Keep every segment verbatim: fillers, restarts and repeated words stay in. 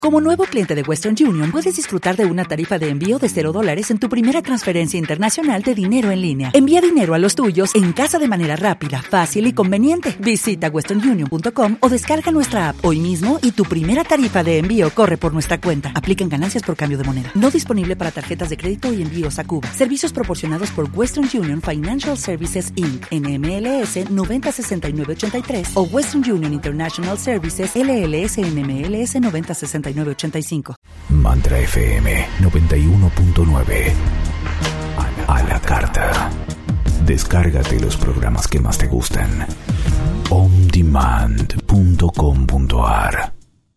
Como nuevo cliente de Western Union, puedes disfrutar de una tarifa de envío de cero dólares en tu primera transferencia internacional de dinero en línea. Envía dinero a los tuyos en casa de manera rápida, fácil y conveniente. Visita western union punto com o descarga nuestra app hoy mismo y tu primera tarifa de envío corre por nuestra cuenta. Aplican ganancias por cambio de moneda. No disponible para tarjetas de crédito y envíos a Cuba. Servicios proporcionados por Western Union Financial Services incorporated. N M L S noventa sesenta y nueve ochenta y tres o Western Union International Services L L S N M L S noventa sesenta y nueve ochenta y cinco. Mantra F M noventa y uno punto nueve. A la carta. Descárgate los programas que más te gustan. on demand punto com punto a r.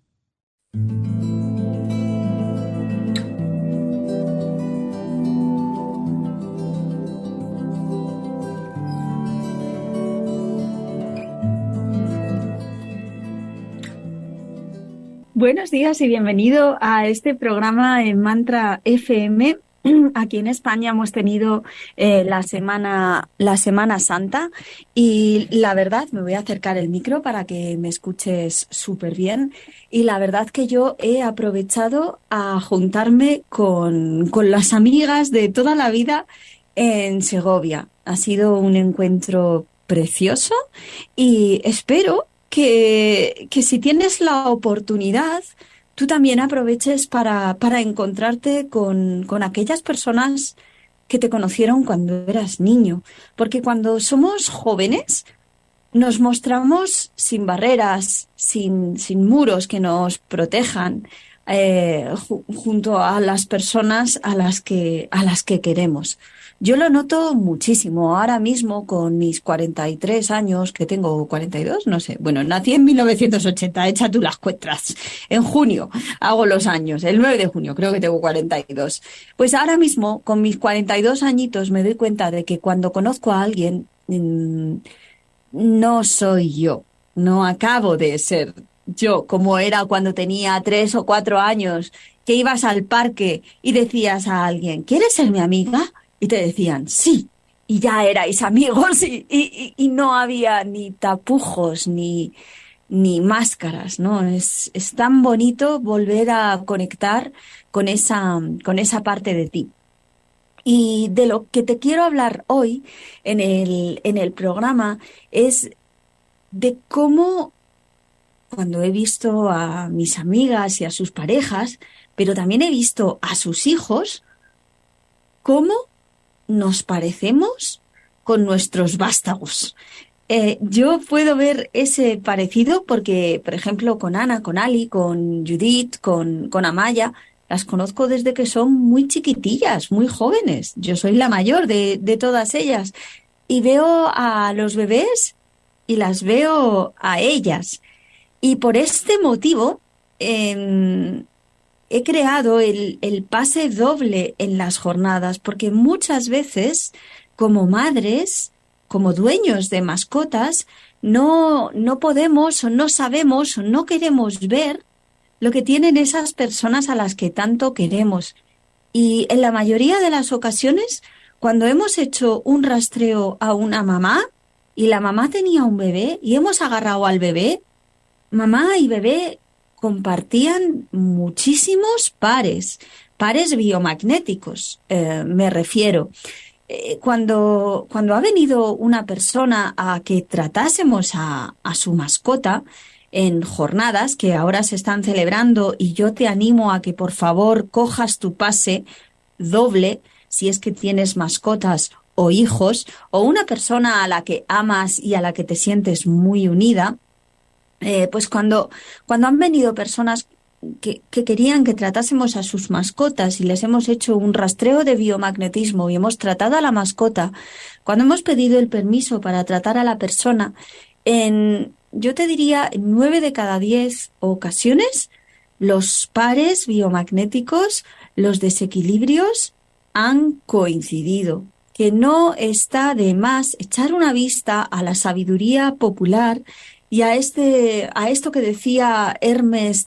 Buenos días y bienvenido a este programa en Mantra F M. Aquí en España hemos tenido eh, la semana la Semana Santa y la verdad, me voy a acercar el micro para que me escuches súper bien, y la verdad que yo he aprovechado a juntarme con, con las amigas de toda la vida en Segovia. Ha sido un encuentro precioso y espero Que, que si tienes la oportunidad, tú también aproveches para, para encontrarte con, con aquellas personas que te conocieron cuando eras niño. Porque cuando somos jóvenes nos mostramos sin barreras, sin, sin muros que nos protejan, eh, ju- junto a las personas a las que, a las que queremos. Yo lo noto muchísimo ahora mismo con mis cuarenta y tres años, que tengo cuarenta y dos, no sé. Bueno, nací en mil novecientos ochenta, echa tú las cuentas. En junio hago los años, el nueve de junio, creo que tengo cuarenta y dos. Pues ahora mismo, con mis cuarenta y dos añitos, me doy cuenta de que cuando conozco a alguien, mmm, no soy yo, no acabo de ser yo, como era cuando tenía tres o cuatro años, que ibas al parque y decías a alguien, ¿quieres ser mi amiga? Y te decían, sí, y ya erais amigos y, y, y no había ni tapujos ni, ni máscaras, ¿no? Es, es tan bonito volver a conectar con esa, con esa parte de ti. Y de lo que te quiero hablar hoy en el, en el programa es de cómo, cuando he visto a mis amigas y a sus parejas, pero también he visto a sus hijos, cómo nos parecemos con nuestros vástagos. Eh, yo puedo ver ese parecido porque, por ejemplo, con Ana, con Ali, con Judith, con, con Amaya, las conozco desde que son muy chiquitillas, muy jóvenes. Yo soy la mayor de, de todas ellas. Y veo a los bebés y las veo a ellas. Y por este motivo, eh, he creado el, el pase doble en las jornadas, porque muchas veces, como madres, como dueños de mascotas, no, no podemos o no sabemos o no queremos ver lo que tienen esas personas a las que tanto queremos. Y en la mayoría de las ocasiones, cuando hemos hecho un rastreo a una mamá y la mamá tenía un bebé y hemos agarrado al bebé, mamá y bebé compartían muchísimos pares, pares biomagnéticos, eh, me refiero. Eh, cuando, cuando ha venido una persona a que tratásemos a, a su mascota en jornadas que ahora se están celebrando, y yo te animo a que por favor cojas tu pase doble si es que tienes mascotas o hijos o una persona a la que amas y a la que te sientes muy unida. Eh, pues cuando, cuando han venido personas que, que querían que tratásemos a sus mascotas y les hemos hecho un rastreo de biomagnetismo y hemos tratado a la mascota, cuando hemos pedido el permiso para tratar a la persona, en, yo te diría, en nueve de cada diez ocasiones, los pares biomagnéticos, los desequilibrios han coincidido. Que no está de más echar una vista a la sabiduría popular y a este, a esto que decía Hermes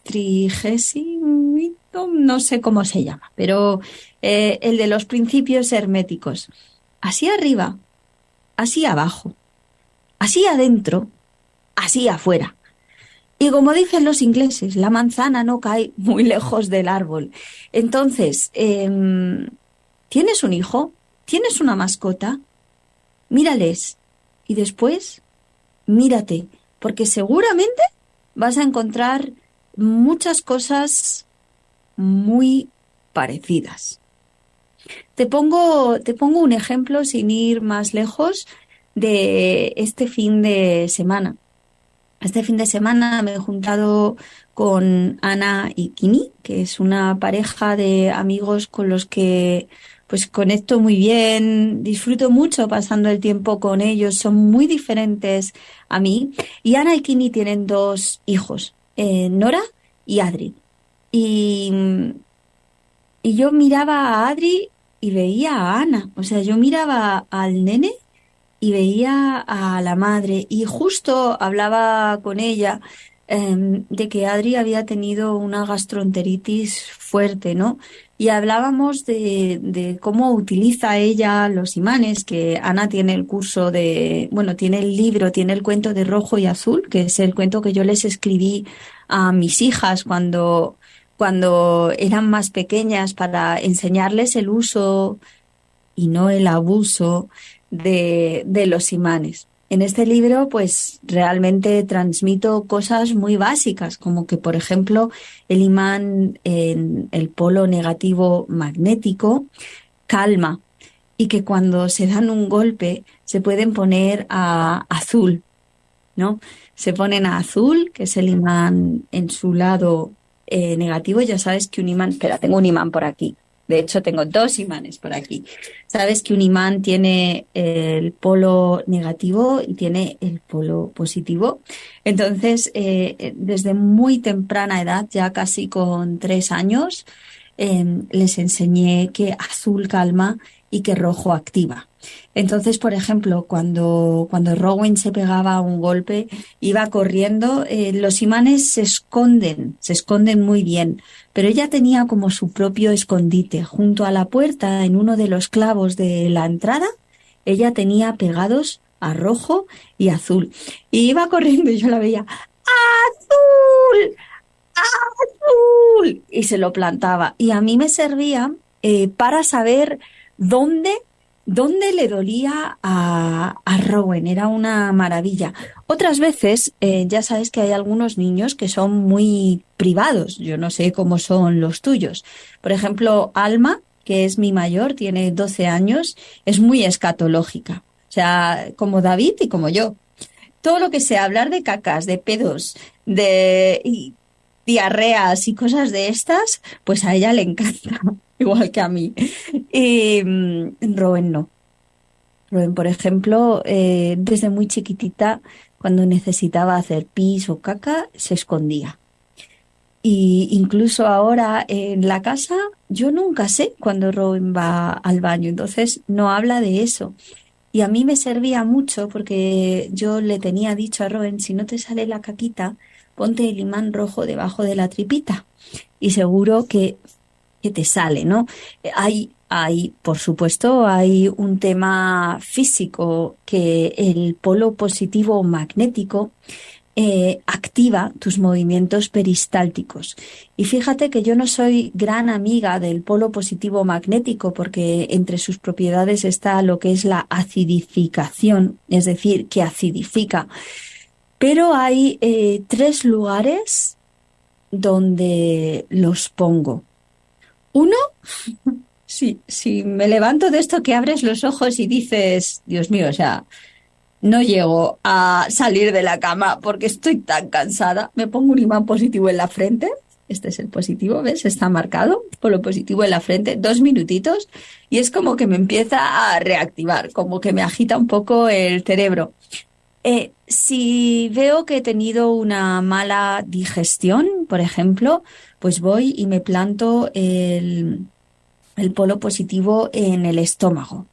Trismegisto, no sé cómo se llama, pero eh, el de los principios herméticos. Así arriba, así abajo, así adentro, así afuera. Y como dicen los ingleses, la manzana no cae muy lejos del árbol. Entonces, eh, ¿tienes un hijo? ¿Tienes una mascota? Mírales. Y después, mírate, porque seguramente vas a encontrar muchas cosas muy parecidas. Te pongo, te pongo un ejemplo sin ir más lejos de este fin de semana. Este fin de semana me he juntado con Ana y Kini, que es una pareja de amigos con los que pues conecto muy bien, disfruto mucho pasando el tiempo con ellos, son muy diferentes a mí. Y Ana y Kini tienen dos hijos, eh, Nora y Adri. Y, y yo miraba a Adri y veía a Ana, o sea, yo miraba al nene y veía a la madre y justo hablaba con ella eh, de que Adri había tenido una gastroenteritis fuerte, ¿no? Y hablábamos de, de cómo utiliza ella los imanes, que Ana tiene el curso de, bueno, tiene el libro, tiene el cuento de Rojo y Azul, que es el cuento que yo les escribí a mis hijas cuando, cuando eran más pequeñas para enseñarles el uso y no el abuso de, de los imanes. En este libro, pues realmente transmito cosas muy básicas, como que, por ejemplo, el imán en el polo negativo magnético calma y que cuando se dan un golpe se pueden poner a azul, ¿no? Se ponen a azul, que es el imán en su lado eh, negativo. Ya sabes que un imán, espera, tengo un imán por aquí. De hecho, tengo dos imanes por aquí. Sabes que un imán tiene el polo negativo y tiene el polo positivo. Entonces, eh, desde muy temprana edad, ya casi con tres años, eh, les enseñé que azul calma y que rojo activa. Entonces, por ejemplo, cuando, cuando Rowan se pegaba un golpe, iba corriendo, eh, los imanes se esconden, se esconden muy bien, pero ella tenía como su propio escondite. Junto a la puerta, en uno de los clavos de la entrada, ella tenía pegados a rojo y azul. Y iba corriendo y yo la veía, ¡azul! ¡Azul! Y se lo plantaba. Y a mí me servía eh, para saber dónde ¿Dónde le dolía a, a Rowan? Era una maravilla. Otras veces, eh, ya sabes que hay algunos niños que son muy privados. Yo no sé cómo son los tuyos. Por ejemplo, Alma, que es mi mayor, tiene doce años, es muy escatológica. O sea, como David y como yo. Todo lo que sea hablar de cacas, de pedos, de y, diarreas y cosas de estas, pues a ella le encanta. Igual que a mí. Y mm, Rowan no. Rowan, por ejemplo, eh, desde muy chiquitita, cuando necesitaba hacer pis o caca, se escondía. Y incluso ahora en la casa, yo nunca sé cuando Rowan va al baño, entonces no habla de eso. Y a mí me servía mucho porque yo le tenía dicho a Rowan, si no te sale la caquita, ponte el imán rojo debajo de la tripita. Y seguro que que te sale, ¿no? Hay, hay, por supuesto, hay un tema físico que el polo positivo magnético eh, activa tus movimientos peristálticos. Y fíjate que yo no soy gran amiga del polo positivo magnético porque entre sus propiedades está lo que es la acidificación, es decir, que acidifica. Pero hay eh, tres lugares donde los pongo. Uno, si, si me levanto de esto que abres los ojos y dices, Dios mío, o sea, no llego a salir de la cama porque estoy tan cansada, me pongo un imán positivo en la frente, este es el positivo, ¿ves? Está marcado por lo positivo en la frente, dos minutitos, y es como que me empieza a reactivar, como que me agita un poco el cerebro. Eh, si veo que he tenido una mala digestión, por ejemplo, pues voy y me planto el, el polo positivo en el estómago.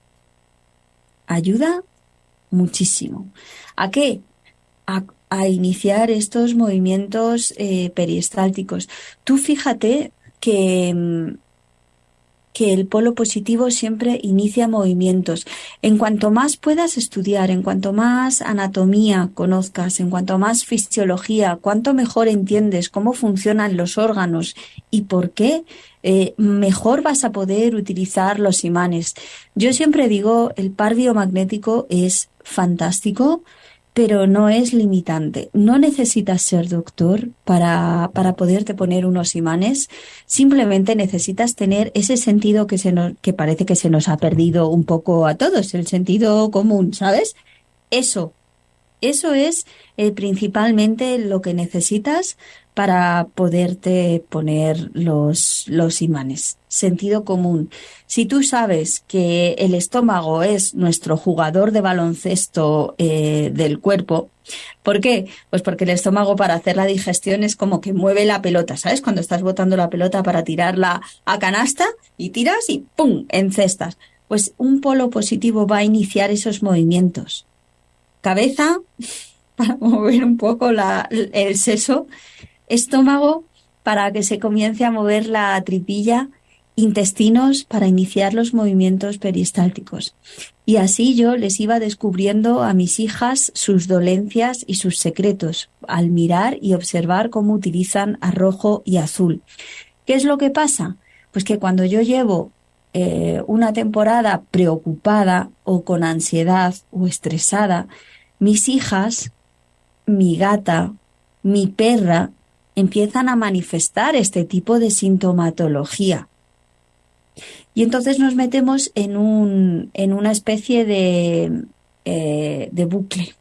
Ayuda muchísimo. ¿A qué? A, a iniciar estos movimientos eh, peristálticos. Tú fíjate que que el polo positivo siempre inicia movimientos. En cuanto más puedas estudiar, en cuanto más anatomía conozcas, en cuanto más fisiología, cuanto mejor entiendes cómo funcionan los órganos y por qué, eh, mejor vas a poder utilizar los imanes. Yo siempre digo, el par biomagnético es fantástico, pero no es limitante. No necesitas ser doctor para, para poderte poner unos imanes. Simplemente necesitas tener ese sentido que, se nos, que parece que se nos ha perdido un poco a todos, el sentido común, ¿sabes? Eso, eso es eh, principalmente lo que necesitas para poderte poner los, los imanes. Sentido común. Si tú sabes que el estómago es nuestro jugador de baloncesto eh, del cuerpo, ¿por qué? Pues porque el estómago para hacer la digestión es como que mueve la pelota, ¿sabes? Cuando estás botando la pelota para tirarla a canasta y tiras y ¡pum!, encestas. Pues un polo positivo va a iniciar esos movimientos. Cabeza, para mover un poco la, el seso, estómago para que se comience a mover la tripilla, intestinos para iniciar los movimientos peristálticos. Y así yo les iba descubriendo a mis hijas sus dolencias y sus secretos al mirar y observar cómo utilizan a rojo y azul. ¿Qué es lo que pasa? Pues que cuando yo llevo eh, una temporada preocupada o con ansiedad o estresada, mis hijas, mi gata, mi perra, empiezan a manifestar este tipo de sintomatología. Y entonces nos metemos en un en una especie de, eh, de bucle.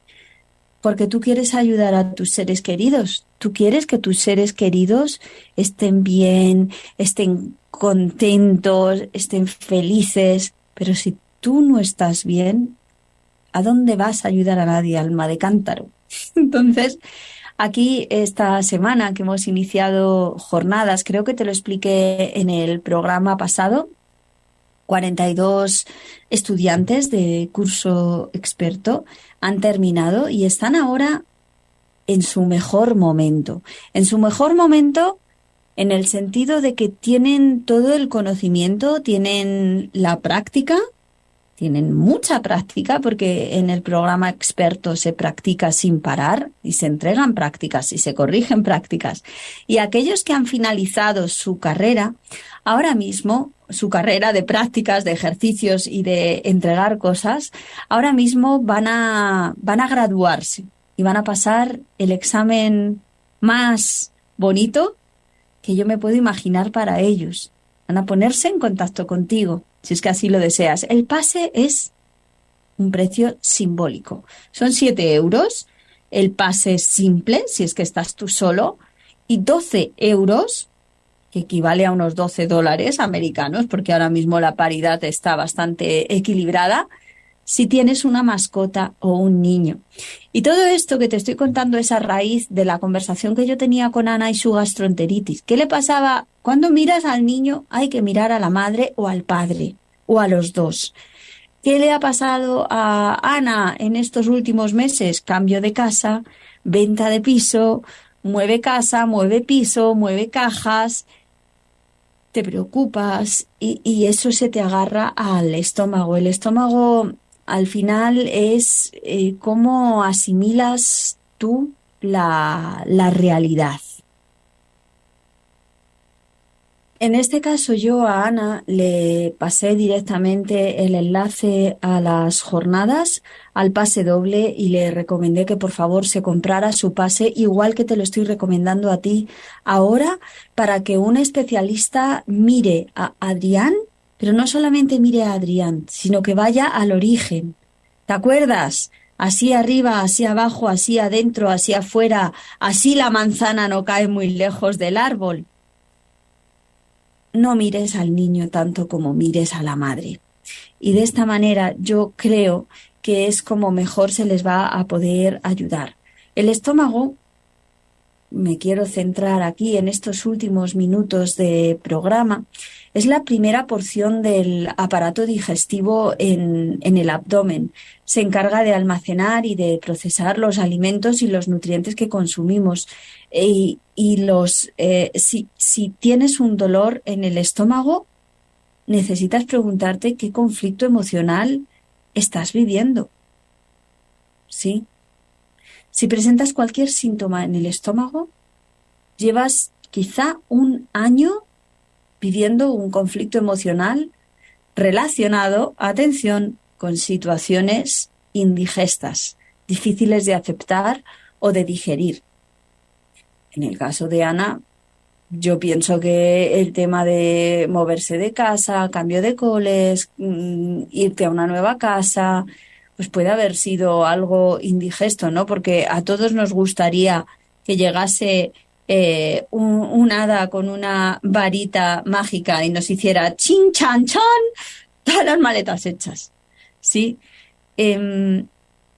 Porque tú quieres ayudar a tus seres queridos. Tú quieres que tus seres queridos estén bien, estén contentos, estén felices. Pero si tú no estás bien, ¿a dónde vas a ayudar a nadie, alma de cántaro? Entonces, aquí esta semana que hemos iniciado jornadas, creo que te lo expliqué en el programa pasado, cuarenta y dos estudiantes de curso experto han terminado y están ahora en su mejor momento. En su mejor momento en el sentido de que tienen todo el conocimiento, tienen la práctica, tienen mucha práctica porque en el programa experto se practica sin parar y se entregan prácticas y se corrigen prácticas. Y aquellos que han finalizado su carrera, ahora mismo, su carrera de prácticas, de ejercicios y de entregar cosas, ahora mismo van a, van a graduarse y van a pasar el examen más bonito que yo me puedo imaginar para ellos. Van a ponerse en contacto contigo, si es que así lo deseas. El pase es un precio simbólico. Son siete euros el pase simple, si es que estás tú solo, y doce euros, que equivale a unos doce dólares americanos, porque ahora mismo la paridad está bastante equilibrada, si tienes una mascota o un niño. Y todo esto que te estoy contando es a raíz de la conversación que yo tenía con Ana y su gastroenteritis. ¿Qué le pasaba? Cuando miras al niño hay que mirar a la madre o al padre, o a los dos. ¿Qué le ha pasado a Ana en estos últimos meses? Cambio de casa, venta de piso, mueve casa, mueve piso, mueve cajas. Te preocupas y, y eso se te agarra al estómago. El estómago al final es eh, cómo asimilas tú la, la realidad. En este caso yo a Ana le pasé directamente el enlace a las jornadas, al pase doble, y le recomendé que por favor se comprara su pase, igual que te lo estoy recomendando a ti ahora, para que un especialista mire a Adrián, pero no solamente mire a Adrián, sino que vaya al origen. ¿Te acuerdas? Así arriba, así abajo, así adentro, así afuera, así la manzana no cae muy lejos del árbol. No mires al niño tanto como mires a la madre. Y de esta manera yo creo que es como mejor se les va a poder ayudar. El estómago, me quiero centrar aquí en estos últimos minutos de programa, es la primera porción del aparato digestivo en, en el abdomen. Se encarga de almacenar y de procesar los alimentos y los nutrientes que consumimos. Y, y los, eh, si, si tienes un dolor en el estómago, necesitas preguntarte qué conflicto emocional estás viviendo. ¿Sí? Si presentas cualquier síntoma en el estómago, llevas quizá un año viviendo un conflicto emocional relacionado, atención, con situaciones indigestas, difíciles de aceptar o de digerir. En el caso de Ana, yo pienso que el tema de moverse de casa, cambio de coles, mmm, irte a una nueva casa, pues puede haber sido algo indigesto, ¿no? Porque a todos nos gustaría que llegase eh, un, un hada con una varita mágica y nos hiciera chin, chan, chan, todas las maletas hechas, ¿sí? Eh,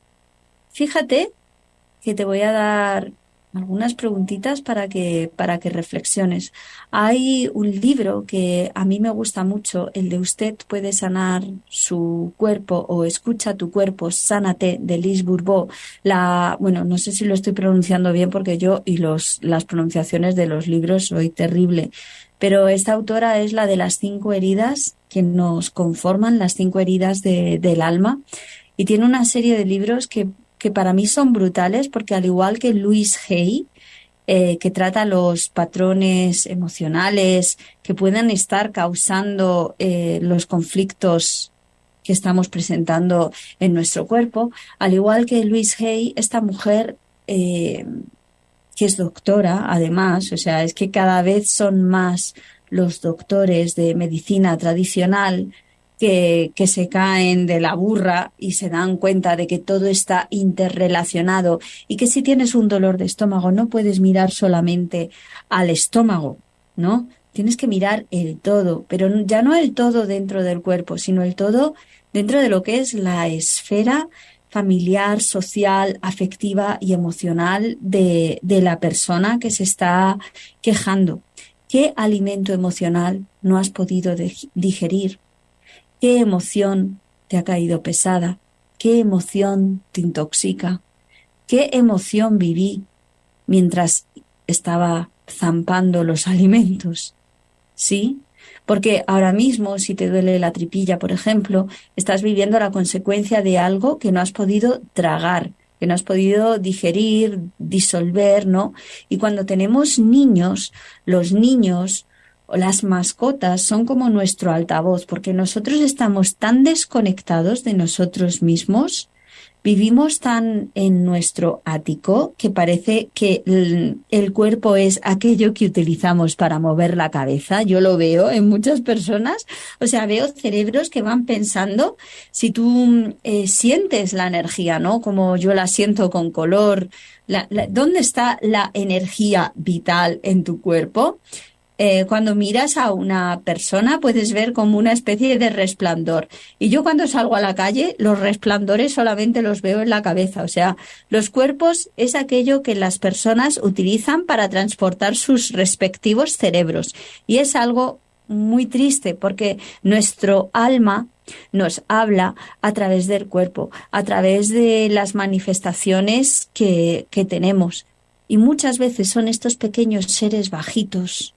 fíjate que te voy a dar algunas preguntitas para que, para que reflexiones. Hay un libro que a mí me gusta mucho, el de Usted puede sanar su cuerpo o Escucha tu cuerpo, sánate, de Liz Bourbeau. La, bueno, no sé si lo estoy pronunciando bien porque yo y los, las pronunciaciones de los libros soy terrible, pero esta autora es la de las cinco heridas que nos conforman, las cinco heridas de, del alma, y tiene una serie de libros que que para mí son brutales porque al igual que Louise Hay, eh, que trata los patrones emocionales que puedan estar causando eh, los conflictos que estamos presentando en nuestro cuerpo, al igual que Louise Hay, esta mujer eh, que es doctora, además, o sea, es que cada vez son más los doctores de medicina tradicional Que, que se caen de la burra y se dan cuenta de que todo está interrelacionado y que si tienes un dolor de estómago no puedes mirar solamente al estómago, ¿no? Tienes que mirar el todo, pero ya no el todo dentro del cuerpo, sino el todo dentro de lo que es la esfera familiar, social, afectiva y emocional de, de la persona que se está quejando. ¿Qué alimento emocional no has podido digerir? ¿Qué emoción te ha caído pesada? ¿Qué emoción te intoxica? ¿Qué emoción viví mientras estaba zampando los alimentos? ¿Sí? Porque ahora mismo, si te duele la tripilla, por ejemplo, estás viviendo la consecuencia de algo que no has podido tragar, que no has podido digerir, disolver, ¿no? Y cuando tenemos niños, los niños o las mascotas son como nuestro altavoz, porque nosotros estamos tan desconectados de nosotros mismos, vivimos tan en nuestro ático que parece que el, el cuerpo es aquello que utilizamos para mover la cabeza. Yo lo veo en muchas personas, o sea, veo cerebros que van pensando, si tú eh, sientes la energía, ¿no? Como yo la siento con color, la, la, ¿dónde está la energía vital en tu cuerpo? Eh, cuando miras a una persona puedes ver como una especie de resplandor. Y yo cuando salgo a la calle, los resplandores solamente los veo en la cabeza. O sea, los cuerpos es aquello que las personas utilizan para transportar sus respectivos cerebros. Y es algo muy triste porque nuestro alma nos habla a través del cuerpo, a través de las manifestaciones que, que tenemos. Y muchas veces son estos pequeños seres bajitos,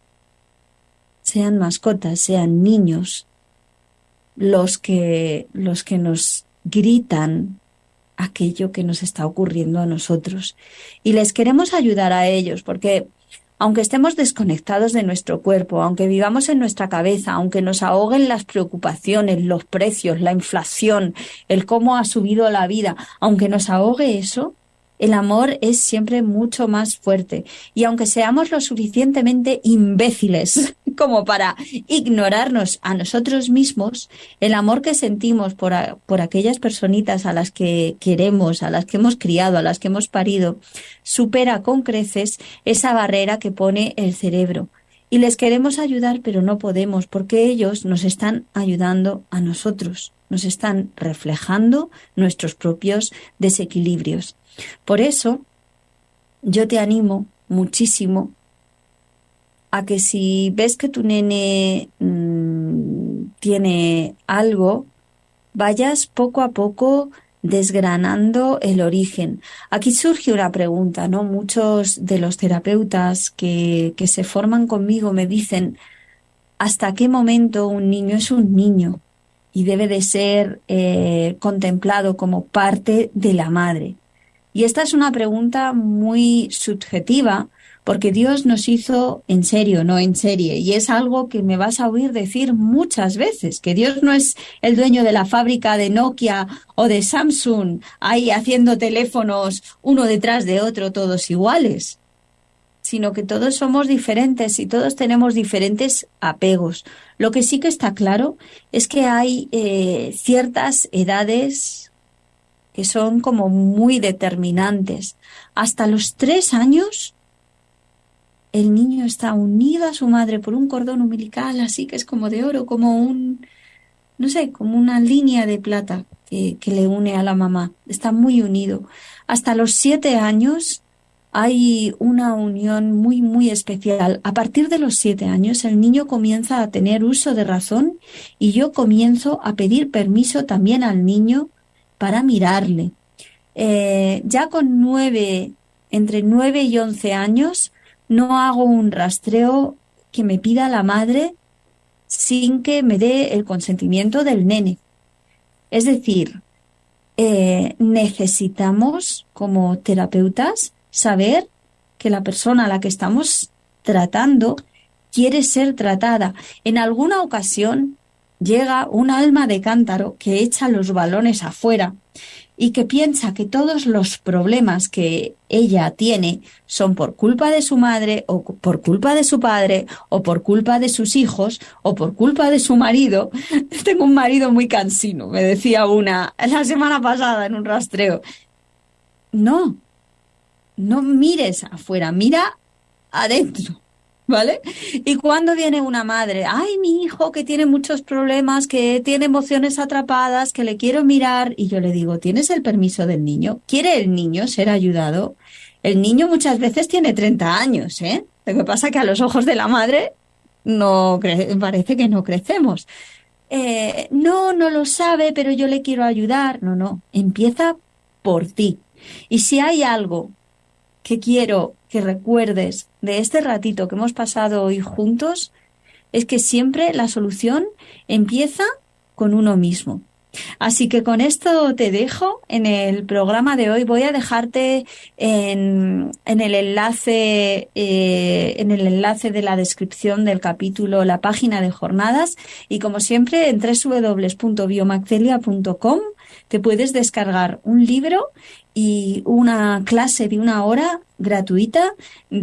sean mascotas, sean niños, los que, los que nos gritan aquello que nos está ocurriendo a nosotros. Y les queremos ayudar a ellos, porque aunque estemos desconectados de nuestro cuerpo, aunque vivamos en nuestra cabeza, aunque nos ahoguen las preocupaciones, los precios, la inflación, el cómo ha subido la vida, aunque nos ahogue eso, el amor es siempre mucho más fuerte. Y aunque seamos lo suficientemente imbéciles como para ignorarnos a nosotros mismos, el amor que sentimos por, a, por aquellas personitas a las que queremos, a las que hemos criado, a las que hemos parido, supera con creces esa barrera que pone el cerebro. Y les queremos ayudar, pero no podemos, porque ellos nos están ayudando a nosotros, nos están reflejando nuestros propios desequilibrios. Por eso, yo te animo muchísimo a que si ves que tu nene mmm, tiene algo, vayas poco a poco desgranando el origen. Aquí surge una pregunta, ¿no? Muchos de los terapeutas que, que se forman conmigo me dicen, hasta qué momento un niño es un niño y debe de ser eh, contemplado como parte de la madre. Y esta es una pregunta muy subjetiva, porque Dios nos hizo en serio, no en serie. Y es algo que me vas a oír decir muchas veces, que Dios no es el dueño de la fábrica de Nokia o de Samsung, ahí haciendo teléfonos uno detrás de otro, todos iguales, sino que todos somos diferentes y todos tenemos diferentes apegos. Lo que sí que está claro es que hay eh, ciertas edades que son como muy determinantes. Hasta los tres años, el niño está unido a su madre por un cordón umbilical, así que es como de oro, como un, no sé, como una línea de plata que, que le une a la mamá. Está muy unido. Hasta los siete años hay una unión muy, muy especial. A partir de los siete años, el niño comienza a tener uso de razón y yo comienzo a pedir permiso también al niño para mirarle. Eh, ya con nueve, entre nueve y once años, no hago un rastreo que me pida la madre sin que me dé el consentimiento del nene. Es decir, eh, necesitamos como terapeutas saber que la persona a la que estamos tratando quiere ser tratada. En alguna ocasión llega un alma de cántaro que echa los balones afuera y que piensa que todos los problemas que ella tiene son por culpa de su madre o por culpa de su padre o por culpa de sus hijos o por culpa de su marido. Tengo un marido muy cansino, me decía una la semana pasada en un rastreo. No, no mires afuera, mira adentro, ¿vale? Y cuando viene una madre, ay, mi hijo que tiene muchos problemas, que tiene emociones atrapadas, que le quiero mirar, y yo le digo, ¿tienes el permiso del niño? ¿Quiere el niño ser ayudado? El niño muchas veces tiene treinta años, ¿eh? Lo que pasa es que a los ojos de la madre no cre- parece que no crecemos. Eh, no, no lo sabe, pero yo le quiero ayudar. No, no, empieza por ti. Y si hay algo que quiero que recuerdes de este ratito que hemos pasado hoy juntos, es que siempre la solución empieza con uno mismo. Así que con esto te dejo en el programa de hoy. Voy a dejarte en, en el enlace eh, en el enlace de la descripción del capítulo la página de jornadas, y como siempre en doble u doble u doble u punto biomagcelia punto com te puedes descargar un libro y una clase de una hora gratuita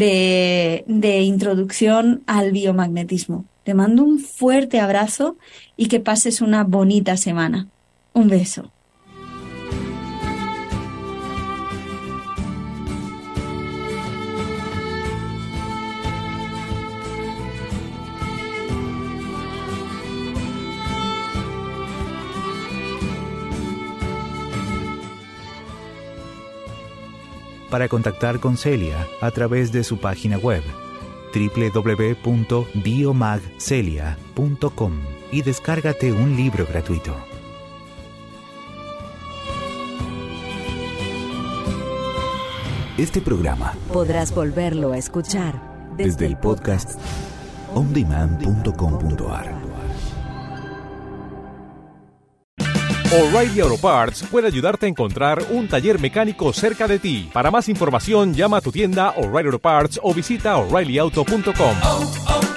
de, de introducción al biomagnetismo. Te mando un fuerte abrazo y que pases una bonita semana. Un beso. Para contactar con Celia a través de su página web doble u doble u doble u punto biomagcelia punto com y descárgate un libro gratuito. Este programa podrás volverlo a escuchar desde, desde el podcast on demand punto com punto a r. O'Reilly Auto Parts puede ayudarte a encontrar un taller mecánico cerca de ti. Para más información, llama a tu tienda O'Reilly Auto Parts o visita O'Reilly Auto punto com. Oh, oh.